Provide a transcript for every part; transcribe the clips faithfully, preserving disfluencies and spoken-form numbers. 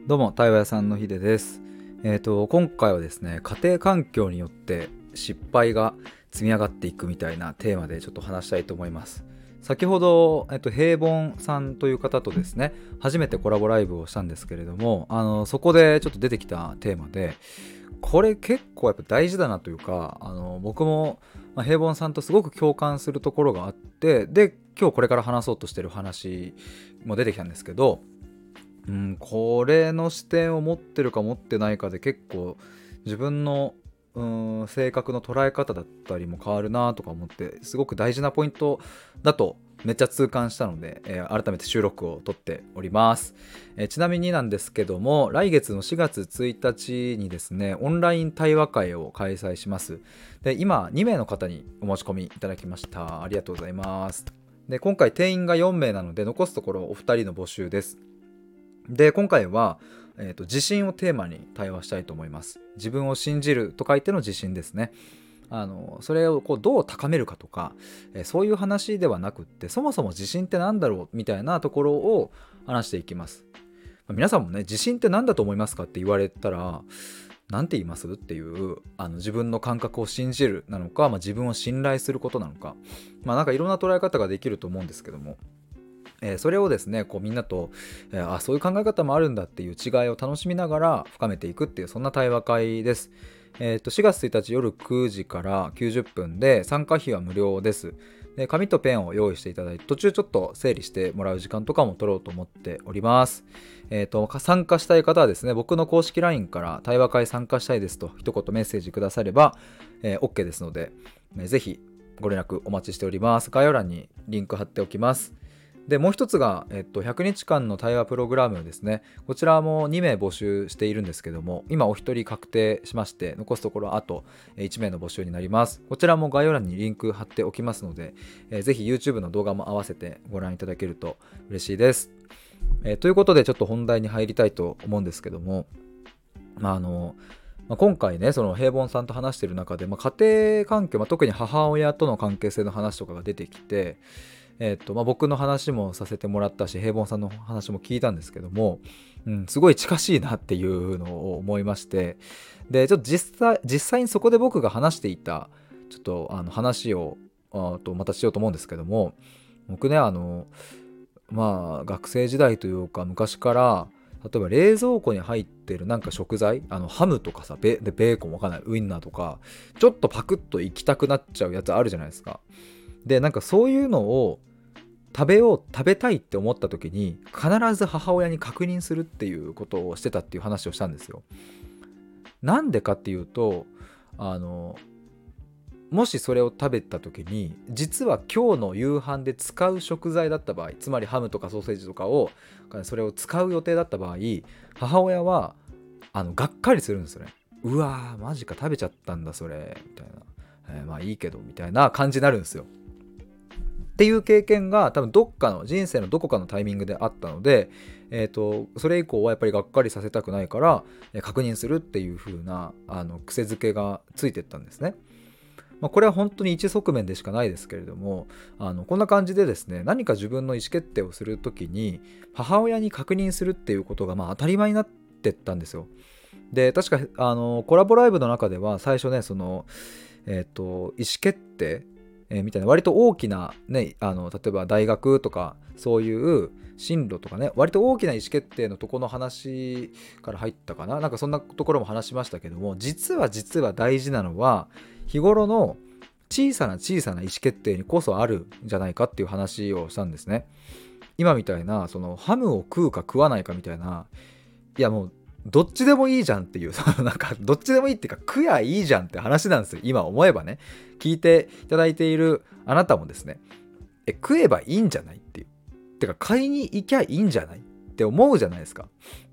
どうも、対話屋さんのひでです。えっと、今回はですね、家庭環境によって失敗が積み上がっていくみたいなテーマでちょっと話したいと思います。先ほど、えっと、平凡さんという方とですね、初めてコラボライブをしたんですけれども、あの、そこでちょっと出てきたテーマで、これ結構やっぱ大事だなというか、あの、僕も、まあ、平凡さんとすごく共感するところがあって、で、今日これから話そうとしてる話も出てきたんですけど、うん、これの視点を持ってるか持ってないかで結構自分のうーん性格の捉え方だったりも変わるなとか思って、すごく大事なポイントだとめっちゃ痛感したので、えー改めて収録を撮っております。えーちなみになんですけども、来月のしがつついたちにですね、オンライン対話会を開催します。で、今にめいの方にお申し込みいただきました。ありがとうございます。で、今回定員がよんめいなので残すところお二人の募集です。で、今回は、えーと、自信をテーマに対話したいと思います。自分を信じると書いての自信ですね。あのそれをこうどう高めるかとか、えーそういう話ではなくって、そもそも自信って何だろうみたいなところを話していきます。まあ皆さんもね、自信って何だと思いますかって言われたら、何て言いますっていう、あの自分の感覚を信じるなのか、まあ、自分を信頼することなのか、まあなんかいろんな捉え方ができると思うんですけども、えーそれをですね、こうみんなと、えーあそういう考え方もあるんだっていう違いを楽しみながら深めていくっていう、そんな対話会です。えーとしがつついたち夜くじからきゅうじゅっぷんで、参加費は無料です。で、紙とペンを用意していただいて、途中ちょっと整理してもらう時間とかも取ろうと思っております。えーと参加したい方はですね、僕の公式 ライン から対話会参加したいですと一言メッセージくだされば、えー OK ですので、えーぜひご連絡お待ちしております。概要欄にリンク貼っておきます。で、もう一つが、えっと、ひゃくにちかんの対話プログラムですね。こちらもにめい募集しているんですけども、今お一人確定しまして、残すところあといちめいの募集になります。こちらも概要欄にリンク貼っておきますので、えーぜひ YouTube の動画も合わせてご覧いただけると嬉しいです。えーということで、ちょっと本題に入りたいと思うんですけども、まあ、あの、まあ、今回ね、その平凡さんと話している中で、まあ、家庭環境、まあ、特に母親との関係性の話とかが出てきて、えっとまあ、僕の話もさせてもらったし、平凡さんの話も聞いたんですけども、うん、すごい近しいなっていうのを思いまして、でちょっと実際実際にそこで僕が話していたちょっとあの話をあとまたしようと思うんですけども、僕ね、あのまあ学生時代というか昔から、例えば冷蔵庫に入ってるなんか食材、あのハムとかさ、ベでベーコンわかんない、ウインナーとか、ちょっとパクッといきたくなっちゃうやつあるじゃないですか。で、なんかそういうのを食べよう食べたいって思った時に必ず母親に確認するっていうことをしてたっていう話をしたんですよ。なんでかっていうと、あのもしそれを食べた時に実は今日の夕飯で使う食材だった場合、つまりハムとかソーセージとかをそれを使う予定だった場合、母親はあのがっかりするんですよね。うわーマジか食べちゃったんだそれみたいな、えーまあいいけどみたいな感じになるんですよ。っていう経験が多分どっかの人生のどこかのタイミングであったので、えーと、それ以降はやっぱりがっかりさせたくないから、えー確認するっていう風なあの癖づけがついてったんですね。まあ、これは本当に一側面でしかないですけれども、あのこんな感じでですね、何か自分の意思決定をするときに母親に確認するっていうことがまあ当たり前になってったんですよ。で、確かあのコラボライブの中では最初ね、そのえっ、と意思決定、えーみたいな割と大きなね、あの例えば大学とかそういう進路とかね、割と大きな意思決定のとこの話から入ったかな、なんかそんなところも話しましたけども、実は実は大事なのは日頃の小さな小さな意思決定にこそあるんじゃないかっていう話をしたんですね。今みたいなそのハムを食うか食わないかみたいな、いやもうどっちでもいいじゃんっていう、そのなんかどっちでもいいっていうか食やいいじゃんって話なんですよ、今思えばね。聞いていただいているあなたもですね、え食えばいいんじゃないっていう、てか買いに行きゃいいんじゃないって思うじゃないですか。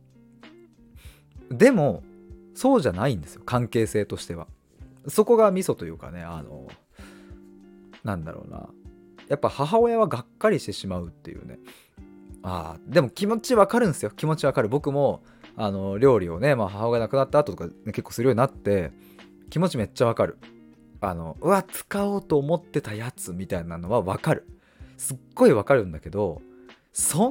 でもそうじゃないんですよ、関係性としては。そこがミソというかね、あのなんだろうな、やっぱ母親はがっかりしてしまうっていうね。あーでも気持ちわかるんですよ、気持ちわかる。僕もあの料理をね、まあ、母親が亡くなった後とか、ね、結構するようになって気持ちめっちゃわかる。あのうわ使おうと思ってたやつみたいなのはわかる、すっごいわかるんだけど、そん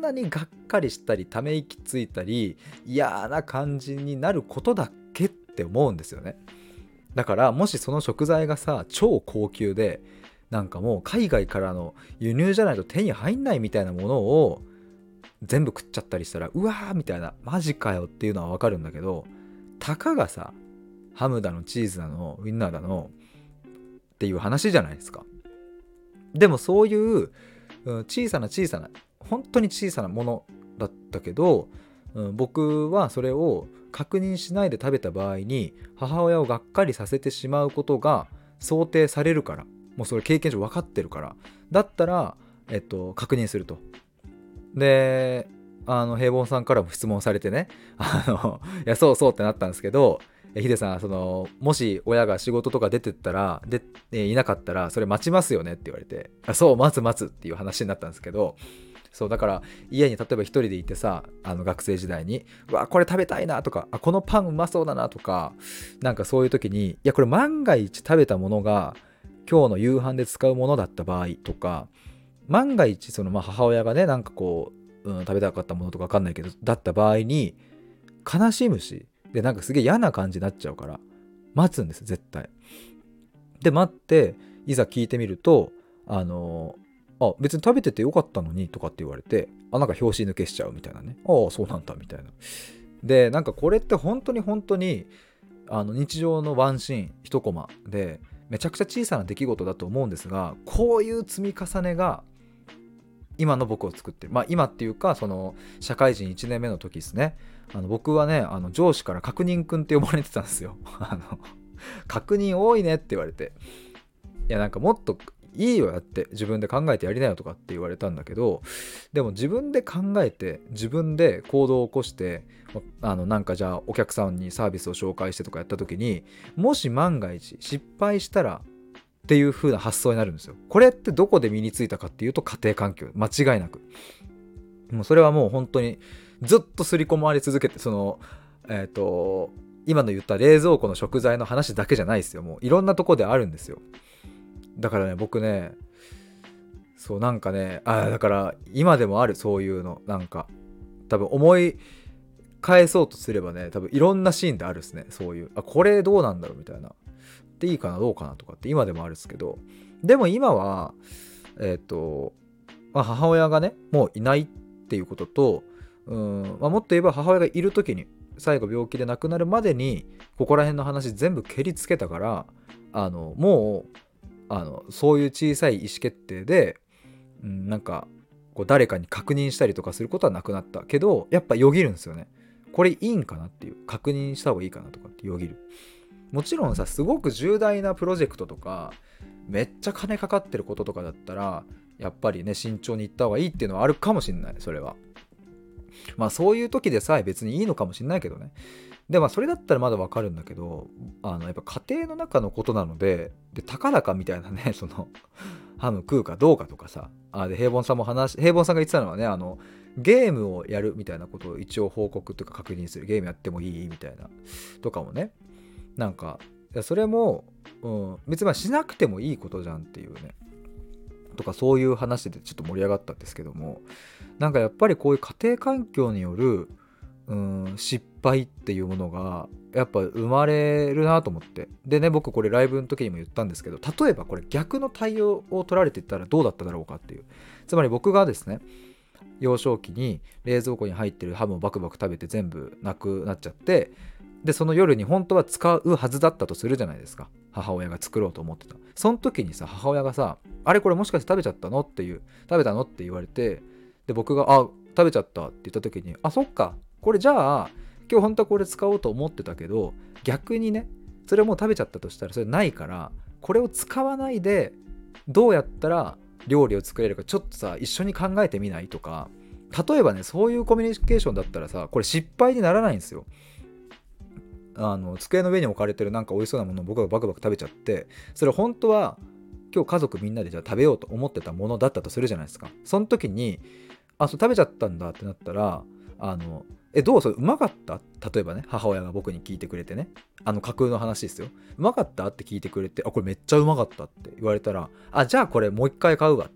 なにがっかりしたりため息ついたり嫌な感じになることだっけって思うんですよね。だからもしその食材がさ超高級でなんかもう海外からの輸入じゃないと手に入んないみたいなものを全部食っちゃったりしたらうわーみたいなマジかよっていうのはわかるんだけど、たかがさハムだのチーズだのウインナーだのっていう話じゃないですか。でもそういう、うん、小さな小さな本当に小さなものだったけど、うん、僕はそれを確認しないで食べた場合に母親をがっかりさせてしまうことが想定されるから、もうそれ経験上分かってるから、だったら、えっと、確認すると。であの平凡さんからも質問されてね、あのいやそうそうってなったんですけど、ヒデさんそのもし親が仕事とか出てったらで、えいなかったらそれ待ちますよねって言われて、あそう待つ待つっていう話になったんですけど、そうだから家に例えば一人でいてさ、あの学生時代にうわこれ食べたいなとか、あこのパンうまそうだなとか、なんかそういう時にいやこれ万が一食べたものが今日の夕飯で使うものだった場合とか、万が一そのまあ母親がねなんかこう、うん、食べたかったものとか分かんないけどだった場合に悲しむし、でなんかすげえ嫌な感じになっちゃうから待つんです絶対。で待っていざ聞いてみるとあのあ別に食べててよかったのにとかって言われて、あなんか拍子抜けしちゃうみたいなね、ああそうなんだみたいな。でなんかこれって本当に本当にあの日常のワンシーン一コマでめちゃくちゃ小さな出来事だと思うんですが、こういう積み重ねが今の僕を作ってる。まあ今っていうかその社会人いちねんめの時ですね。あの僕はねあの上司から確認くんって呼ばれてたんですよ。あの確認多いねって言われて、いやなんかもっといいよやって自分で考えてやりなよとかって言われたんだけど、でも自分で考えて自分で行動を起こしてあのなんかじゃあお客さんにサービスを紹介してとかやった時にもし万が一失敗したらっていう風な発想になるんですよ。これってどこで身についたかっていうと家庭環境、間違いなく。もうそれはもう本当にずっと刷り込まれ続けて、そのえっと今の言った冷蔵庫の食材の話だけじゃないですよ。もういろんなとこであるんですよ。だからね僕ねそうなんかねあだから今でもあるそういうの、なんか多分思い返そうとすればね多分いろんなシーンであるですね。そういうあこれどうなんだろうみたいな、でいいかなどうかなとかって今でもあるんですけど、でも今はえっと、まあ、母親がねもういないっていうことと、うん、まあ、もっと言えば母親がいる時に最後病気で亡くなるまでにここら辺の話全部蹴りつけたから、あのもうあのそういう小さい意思決定で、うん、なんかこう誰かに確認したりとかすることはなくなったけど、やっぱよぎるんですよね。これいいんかなっていう、確認した方がいいかなとかってよぎる。もちろんさすごく重大なプロジェクトとかめっちゃ金かかってることとかだったらやっぱりね慎重にいった方がいいっていうのはあるかもしれない。それはまあそういう時でさえ別にいいのかもしれないけどね。でまあそれだったらまだわかるんだけど、あのやっぱ家庭の中のことなので、でたかだかみたいなねそのハム食うかどうかとかさ、あで平凡さんも話平凡さんが言ってたのはね、あのゲームをやるみたいなことを一応報告というか確認する、ゲームやってもいいみたいなとかもね、なんかいやそれも、うん、別にしなくてもいいことじゃんっていうねとか、そういう話でちょっと盛り上がったんですけども、なんかやっぱりこういう家庭環境による、うん、失敗っていうものがやっぱ生まれるなと思って、でね僕これライブの時にも言ったんですけど、例えばこれ逆の対応を取られていったらどうだっただろうかっていう。つまり僕がですね幼少期に冷蔵庫に入ってるハムをバクバク食べて全部なくなっちゃって、でその夜に本当は使うはずだったとするじゃないですか、母親が作ろうと思ってた。その時にさ母親がさあれこれもしかして食べちゃったのっていう食べたのって言われて、で僕があ食べちゃったって言った時にあそっかこれじゃあ今日本当はこれ使おうと思ってたけど逆にねそれもう食べちゃったとしたらそれないからこれを使わないでどうやったら料理を作れるかちょっとさ一緒に考えてみないとか、例えばねそういうコミュニケーションだったらさこれ失敗にならないんですよ。あの机の上に置かれてるなんか美味しそうなものを僕がバクバク食べちゃって、それ本当は今日家族みんなでじゃあ食べようと思ってたものだったとするじゃないですか。その時にあそう食べちゃったんだってなったらあのえどうそれうまかった、例えばね母親が僕に聞いてくれてね、あの架空の話ですよ、うまかったって聞いてくれてあこれめっちゃうまかったって言われたらあじゃあこれもう一回買うわって、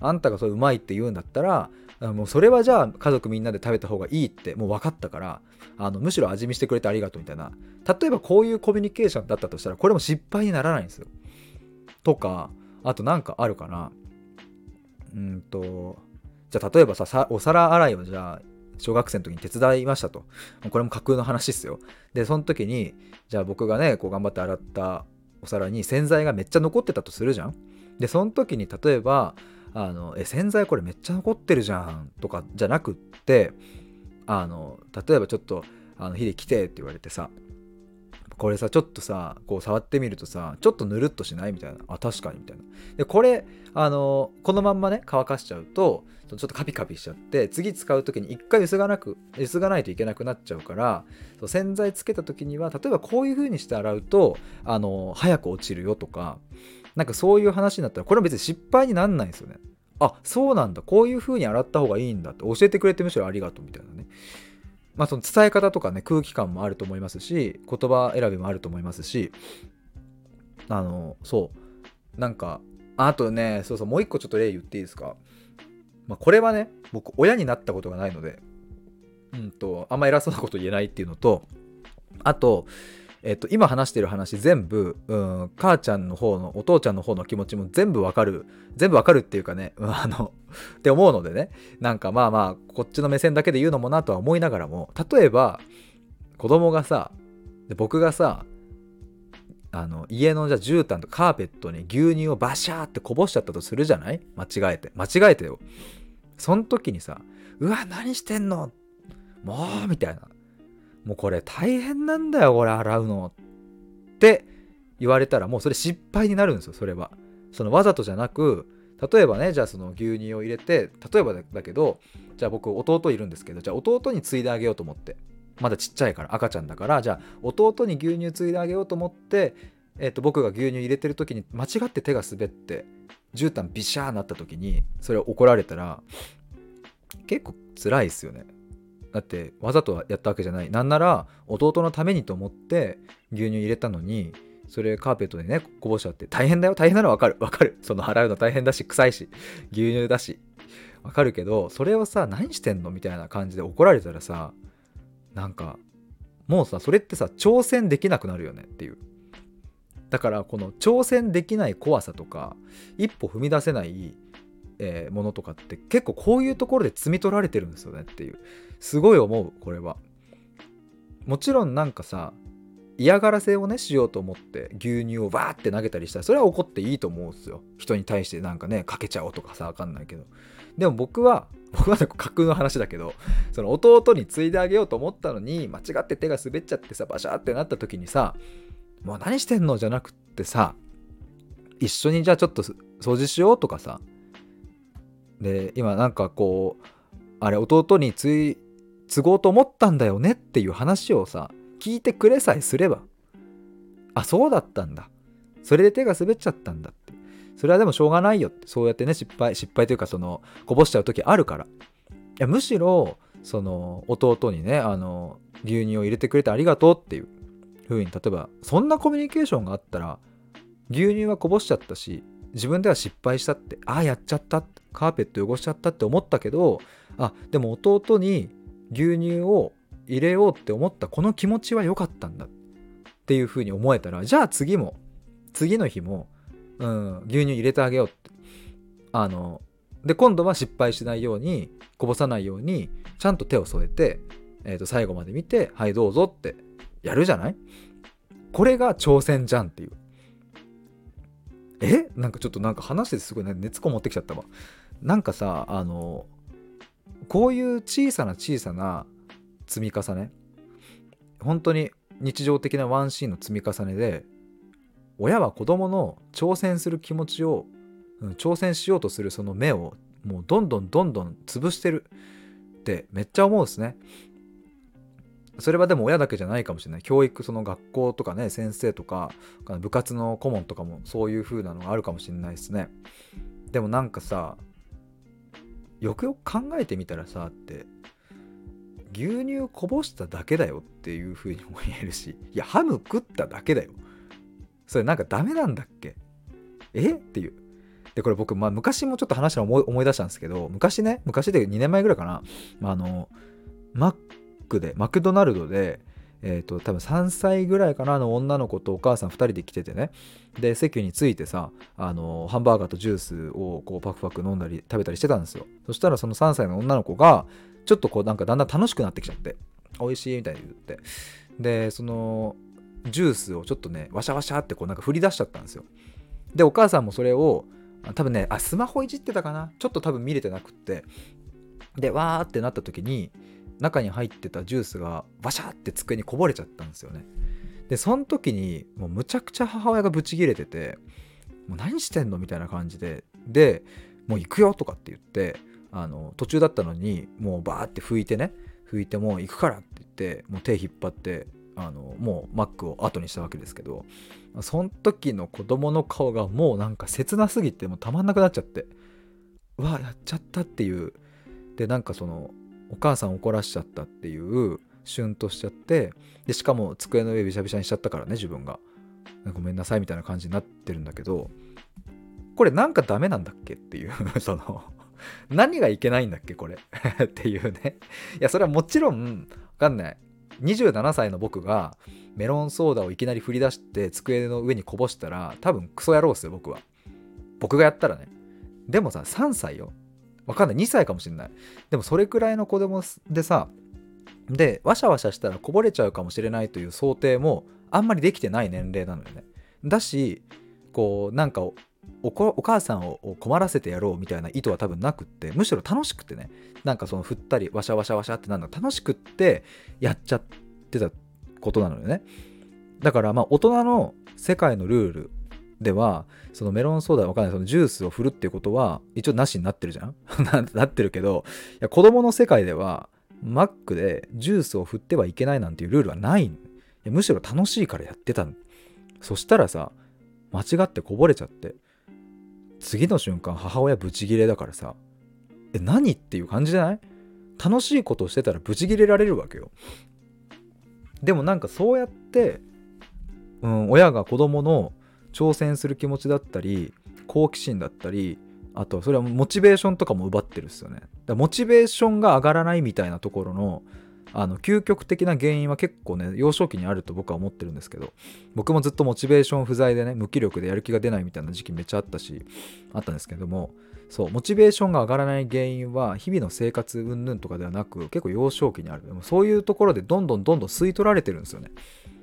あんたがそれうまいって言うんだったら、もうそれはじゃあ家族みんなで食べた方がいいってもう分かったから、あのむしろ味見してくれてありがとうみたいな、例えばこういうコミュニケーションだったとしたらこれも失敗にならないんですよ。とか、あとなんかあるかな。うんとじゃあ例えばさ、さお皿洗いをじゃあ小学生の時に手伝いましたと。これも架空の話っすよ。でその時にじゃあ僕がねこう頑張って洗ったお皿に洗剤がめっちゃ残ってたとするじゃん。でその時に例えばあのえ洗剤これめっちゃ残ってるじゃんとかじゃなくって、あの例えばちょっとあのヒデ来てって言われてさ、これさちょっとさこう触ってみるとさちょっとぬるっとしないみたいな、あ確かにみたいな。でこれあのこのまんまね乾かしちゃうとちょっとカピカピしちゃって、次使う時に一回ゆすがなくゆすがないといけなくなっちゃうから、そう洗剤つけた時には例えばこういう風にして洗うとあの早く落ちるよとか、なんかそういう話になったらこれは別に失敗になんないんですよね。あそうなんだ、こういう風に洗った方がいいんだって教えてくれてむしろありがとうみたいなね。まあその伝え方とかね空気感もあると思いますし、言葉選びもあると思いますし、あのそうなんかあとね、そうそうもう一個ちょっと例言っていいですか。まあ、これはね僕親になったことがないのでうんとあんま偉そうなこと言えないっていうのと、あとえっと、今話してる話全部、うん、母ちゃんの方のお父ちゃんの方の気持ちも全部わかる全部わかるっていうかね、うん、あのって思うのでね、なんかまあまあこっちの目線だけで言うのもなとは思いながらも、例えば子供がさで僕がさあの家のじゃ絨毯とカーペットに牛乳をバシャーってこぼしちゃったとするじゃない、間違えて間違えてよ。その時にさ、うわ何してんのもうみたいな、もうこれ大変なんだよこれ洗うのって言われたらもうそれ失敗になるんですよ。それはそのわざとじゃなく、例えばねじゃあその牛乳を入れて、例えばだけどじゃあ僕弟いるんですけど、じゃあ弟に継いであげようと思って、まだちっちゃいから赤ちゃんだから、じゃあ弟に牛乳継いであげようと思って、えー、と僕が牛乳入れてる時に間違って手が滑って絨毯ビシャーなった時にそれを怒られたら結構辛いですよね。だってわざとやったわけじゃない、なんなら弟のためにと思って牛乳入れたのにそれカーペットでねこぼしちゃって大変だよ。大変なのはわかるわかる、その洗うの大変だし臭いし牛乳だしわかるけど、それをさ何してんのみたいな感じで怒られたらさ、なんかもうさそれってさ挑戦できなくなるよねっていう。だからこの挑戦できない怖さとか一歩踏み出せないえーものとかって結構こういうところで摘み取られてるんですよねっていう、すごい思う。これはもちろんなんかさ嫌がらせをねしようと思って牛乳をバーって投げたりしたらそれは怒っていいと思うんですよ。人に対してなんかねかけちゃおうとかさわかんないけど、でも僕は僕は架空の話だけど、その弟に継いであげようと思ったのに間違って手が滑っちゃってさバシャーってなった時にさ、もう何してんのじゃなくってさ、一緒にじゃあちょっと掃除しようとかさ、で今なんかこうあれ弟に継ごうと思ったんだよねっていう話をさ聞いてくれさえすれば、あそうだったんだ、それで手が滑っちゃったんだって、それはでもしょうがないよって、そうやってね失敗失敗というかそのこぼしちゃう時あるから、いやむしろその弟にねあの牛乳を入れてくれてありがとうっていう風に、例えばそんなコミュニケーションがあったら、牛乳はこぼしちゃったし自分では失敗したって、ああやっちゃったって、カーペット汚しちゃったって思ったけど、あでも弟に牛乳を入れようって思ったこの気持ちは良かったんだっていう風に思えたら、じゃあ次も次の日も、うん、牛乳入れてあげようって、あので今度は失敗しないようにこぼさないようにちゃんと手を添えて、えー、と最後まで見てはいどうぞってやるじゃない。これが挑戦じゃんっていう。えなんかちょっとなんか話してすごい、ね、熱こもってきちゃったわ。なんかさあのこういう小さな小さな積み重ね、本当に日常的なワンシーンの積み重ねで親は子供の挑戦する気持ちを、うん、挑戦しようとするその目をもうどんどんどんどん潰してるってめっちゃ思うんですね。それはでも親だけじゃないかもしれない。教育、その学校とかね先生とか部活の顧問とかもそういう風なのがあるかもしれないですね。でもなんかさよくよく考えてみたらさって牛乳こぼしただけだよっていう風にも言えるし、いやハム食っただけだよ、それなんかダメなんだっけえっていう。 でこれ僕、まあ、昔もちょっと話を思い思い出したんですけど、昔ね昔でにねんまえぐらいかな、まあ、あのマックでマクドナルドでえーと多分さんさいぐらいかなの女の子とお母さんふたりで来ててね、で席に着いてさ、あのハンバーガーとジュースをこうパクパク飲んだり食べたりしてたんですよ。そしたらそのさんさいの女の子がちょっとこうなんかだんだん楽しくなってきちゃって、美味しいみたいに言って、でそのジュースをちょっとねワシャワシャってこうなんか振り出しちゃったんですよ。でお母さんもそれを多分ねあスマホいじってたかな、ちょっと多分見れてなくって、でわーってなった時に中に入ってたジュースがバシャーって机にこぼれちゃったんですよね。でその時にもうむちゃくちゃ母親がブチギレてて、もう何してんのみたいな感じで、でもう行くよとかって言って、あの途中だったのにもうバーって拭いてね拭いてもう行くからって言ってもう手引っ張ってあのもうマックを後にしたわけですけど、その時の子供の顔がもうなんか切なすぎてもうたまんなくなっちゃって、うわやっちゃったっていう、でなんかそのお母さん怒らしちゃったっていうシュンとしちゃって、でしかも机の上びしゃびしゃにしちゃったからね自分がごめんなさいみたいな感じになってるんだけど、これなんかダメなんだっけっていうその何がいけないんだっけこれっていうね。いやそれはもちろんわかんない、にじゅうななさいの僕がメロンソーダをいきなり振り出して机の上にこぼしたら多分クソ野郎っすよ僕は、僕がやったらね。でもささんさいよ、わかんないにさいかもしんない、でもそれくらいの子供でさ、でワシャワシャしたらこぼれちゃうかもしれないという想定もあんまりできてない年齢なのよね。だしこうなんかおお母さんを困らせてやろうみたいな意図は多分なくって、むしろ楽しくってね、なんかその振ったりワシャワシャワシャってなんだ楽しくってやっちゃってたことなのよね。だからまあ大人の世界のルールではそのメロンソーダわかんないそのジュースを振るっていうことは一応なしになってるじゃんなってるけど、いや子供の世界ではマックでジュースを振ってはいけないなんていうルールはない。いやむしろ楽しいからやってたの。そしたらさ間違ってこぼれちゃって、次の瞬間母親ブチギレだからさ、え何っていう感じじゃない？楽しいことをしてたらブチギレられるわけよ。でもなんかそうやって、うん、親が子供の挑戦する気持ちだったり好奇心だったり、あとそれはモチベーションとかも奪ってるっすよね。だからモチベーションが上がらないみたいなところのあの究極的な原因は結構ね幼少期にあると僕は思ってるんですけど、僕もずっとモチベーション不在でね無気力でやる気が出ないみたいな時期めっちゃあったしあったんですけども、そうモチベーションが上がらない原因は日々の生活云々とかではなく結構幼少期にある。でもそういうところでどんどんどんどん吸い取られてるんですよね。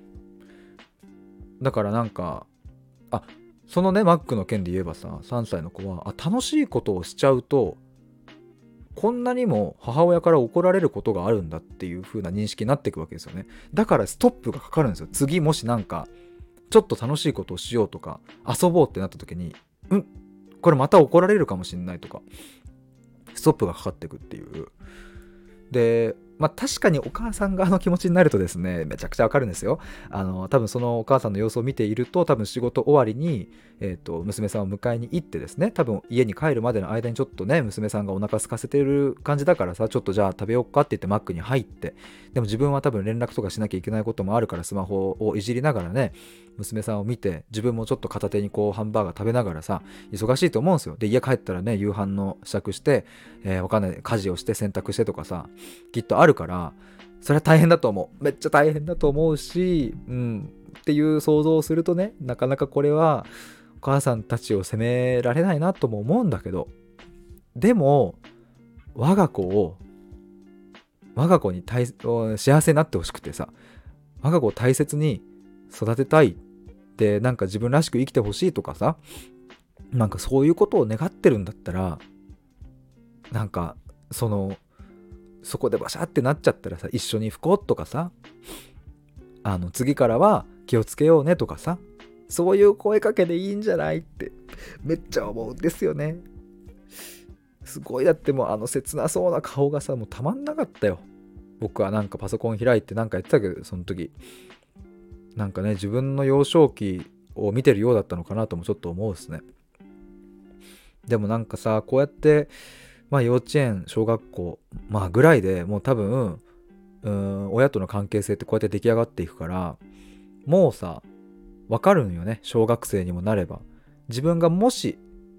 だからなんかあそのねマックの件で言えばささんさいの子はあ楽しいことをしちゃうとこんなにも母親から怒られることがあるんだっていう風な認識になっていくわけですよね。だからストップがかかるんですよ。次もしなんかちょっと楽しいことをしようとか遊ぼうってなった時にんこれまた怒られるかもしれないとかストップがかかっていくっていう。でまあ確かにお母さん側の気持ちになるとですねめちゃくちゃわかるんですよ。あの多分そのお母さんの様子を見ていると多分仕事終わりに、えー、と娘さんを迎えに行ってですね、多分家に帰るまでの間にちょっとね娘さんがお腹空かせてる感じだからさちょっとじゃあ食べようかって言ってマックに入って、でも自分は多分連絡とかしなきゃいけないこともあるからスマホをいじりながらね娘さんを見て自分もちょっと片手にこうハンバーガー食べながらさ忙しいと思うんですよ。で家帰ったらね夕飯の支度して、えー、わかんない家事をして洗濯してとかさきっとあるから、それは大変だと思う。めっちゃ大変だと思うし、うんっていう想像をするとねなかなかこれはお母さんたちを責められないなとも思うんだけど、でも我が子を我が子に大幸せになってほしくてさ、我が子を大切に育てたいってなんか自分らしく生きてほしいとかさ、なんかそういうことを願ってるんだったらなんかそのそこでバシャってなっちゃったらさ一緒に吹こうとかさ、あの次からは気をつけようねとかさ、そういう声かけでいいんじゃないってめっちゃ思うんですよね。すごい、だってもうあの切なそうな顔がさもうたまんなかったよ。僕はなんかパソコン開いてなんかやってたけどその時なんかね自分の幼少期を見てるようだったのかなともちょっと思うですね。でもなんかさこうやってまあ幼稚園小学校まあぐらいでもう多分うーん親との関係性ってこうやって出来上がっていくから、もうさ分かるんよね。小学生にもなれば自分がもし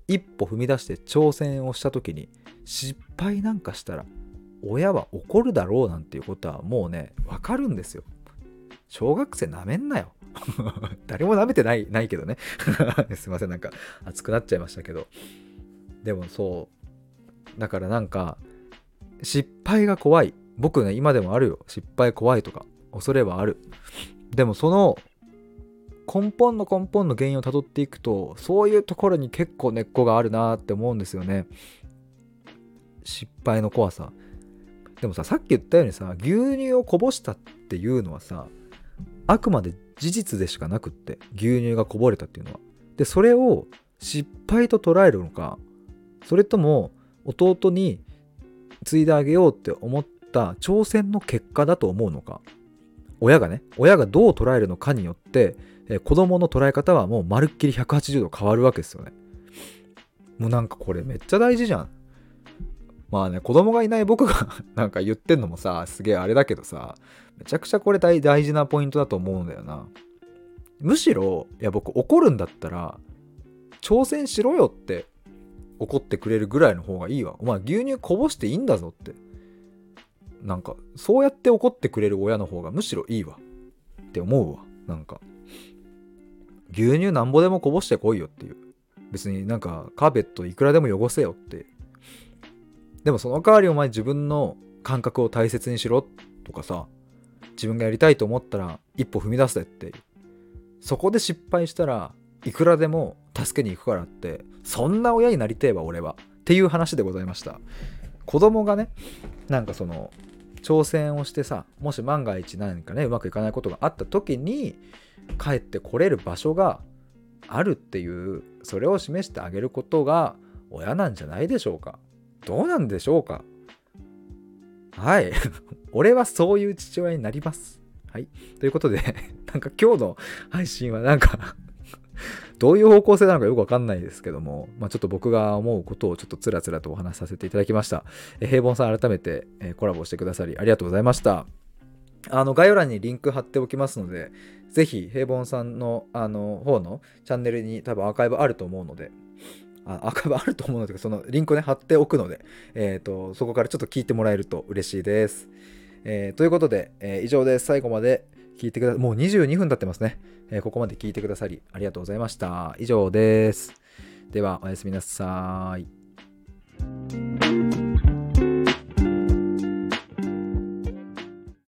一歩踏み出して挑戦をした時に失敗なんかしたら親は怒るだろうなんていうことはもうねわかるんですよ。小学生なめんなよ誰もなめてないないけどねすいません、なんか熱くなっちゃいましたけど、でもそうだからなんか失敗が怖い、僕ね今でもあるよ、失敗怖いとか恐れはある。でもその根本の根本の原因をたどっていくとそういうところに結構根っこがあるなって思うんですよね、失敗の怖さ。でもさ、さっき言ったようにさ、牛乳をこぼしたっていうのはさ、あくまで事実でしかなくって、牛乳がこぼれたっていうのは。で、それを失敗と捉えるのか、それとも弟に継いであげようって思った挑戦の結果だと思うのか。親がね、親がどう捉えるのかによって、えー子供の捉え方はもうまるっきりひゃくはちじゅうど変わるわけですよね。もうなんかこれめっちゃ大事じゃん。まあね、子供がいない僕がなんか言ってんのもさ、すげえあれだけどさ、めちゃくちゃこれ 大, 大事なポイントだと思うんだよな。むしろ、いや僕怒るんだったら、挑戦しろよって怒ってくれるぐらいの方がいいわ。お前牛乳こぼしていいんだぞって。なんか、そうやって怒ってくれる親の方がむしろいいわ。って思うわ。なんか、牛乳なんぼでもこぼしてこいよっていう。別になんかカーペットいくらでも汚せよって。でもその代わりお前自分の感覚を大切にしろとかさ、自分がやりたいと思ったら一歩踏み出せって、そこで失敗したらいくらでも助けに行くからって、そんな親になりてえわ俺はっていう話でございました。子供がね、なんかその挑戦をしてさ、もし万が一何かねうまくいかないことがあった時に帰ってこれる場所があるっていう、それを示してあげることが親なんじゃないでしょうか。どうなんでしょうか。はい俺はそういう父親になります。はい、ということでなんか今日の配信はなんかどういう方向性なのかよくわかんないですけども、まあ、ちょっと僕が思うことをちょっとつらつらとお話しさせていただきました。え平凡さん改めてコラボしてくださりありがとうございました。あの概要欄にリンク貼っておきますので、ぜひ平凡さんのあの方のチャンネルに多分アーカイブあると思うので、あアーカイブあると思うので、そのリンクをね貼っておくので、えーと、そこからちょっと聞いてもらえると嬉しいです。えー、ということで、えー、以上です。最後まで聞いてください。もうにじゅうにふん経ってますね。えー、ここまで聞いてくださりありがとうございました。以上です。ではおやすみなさい。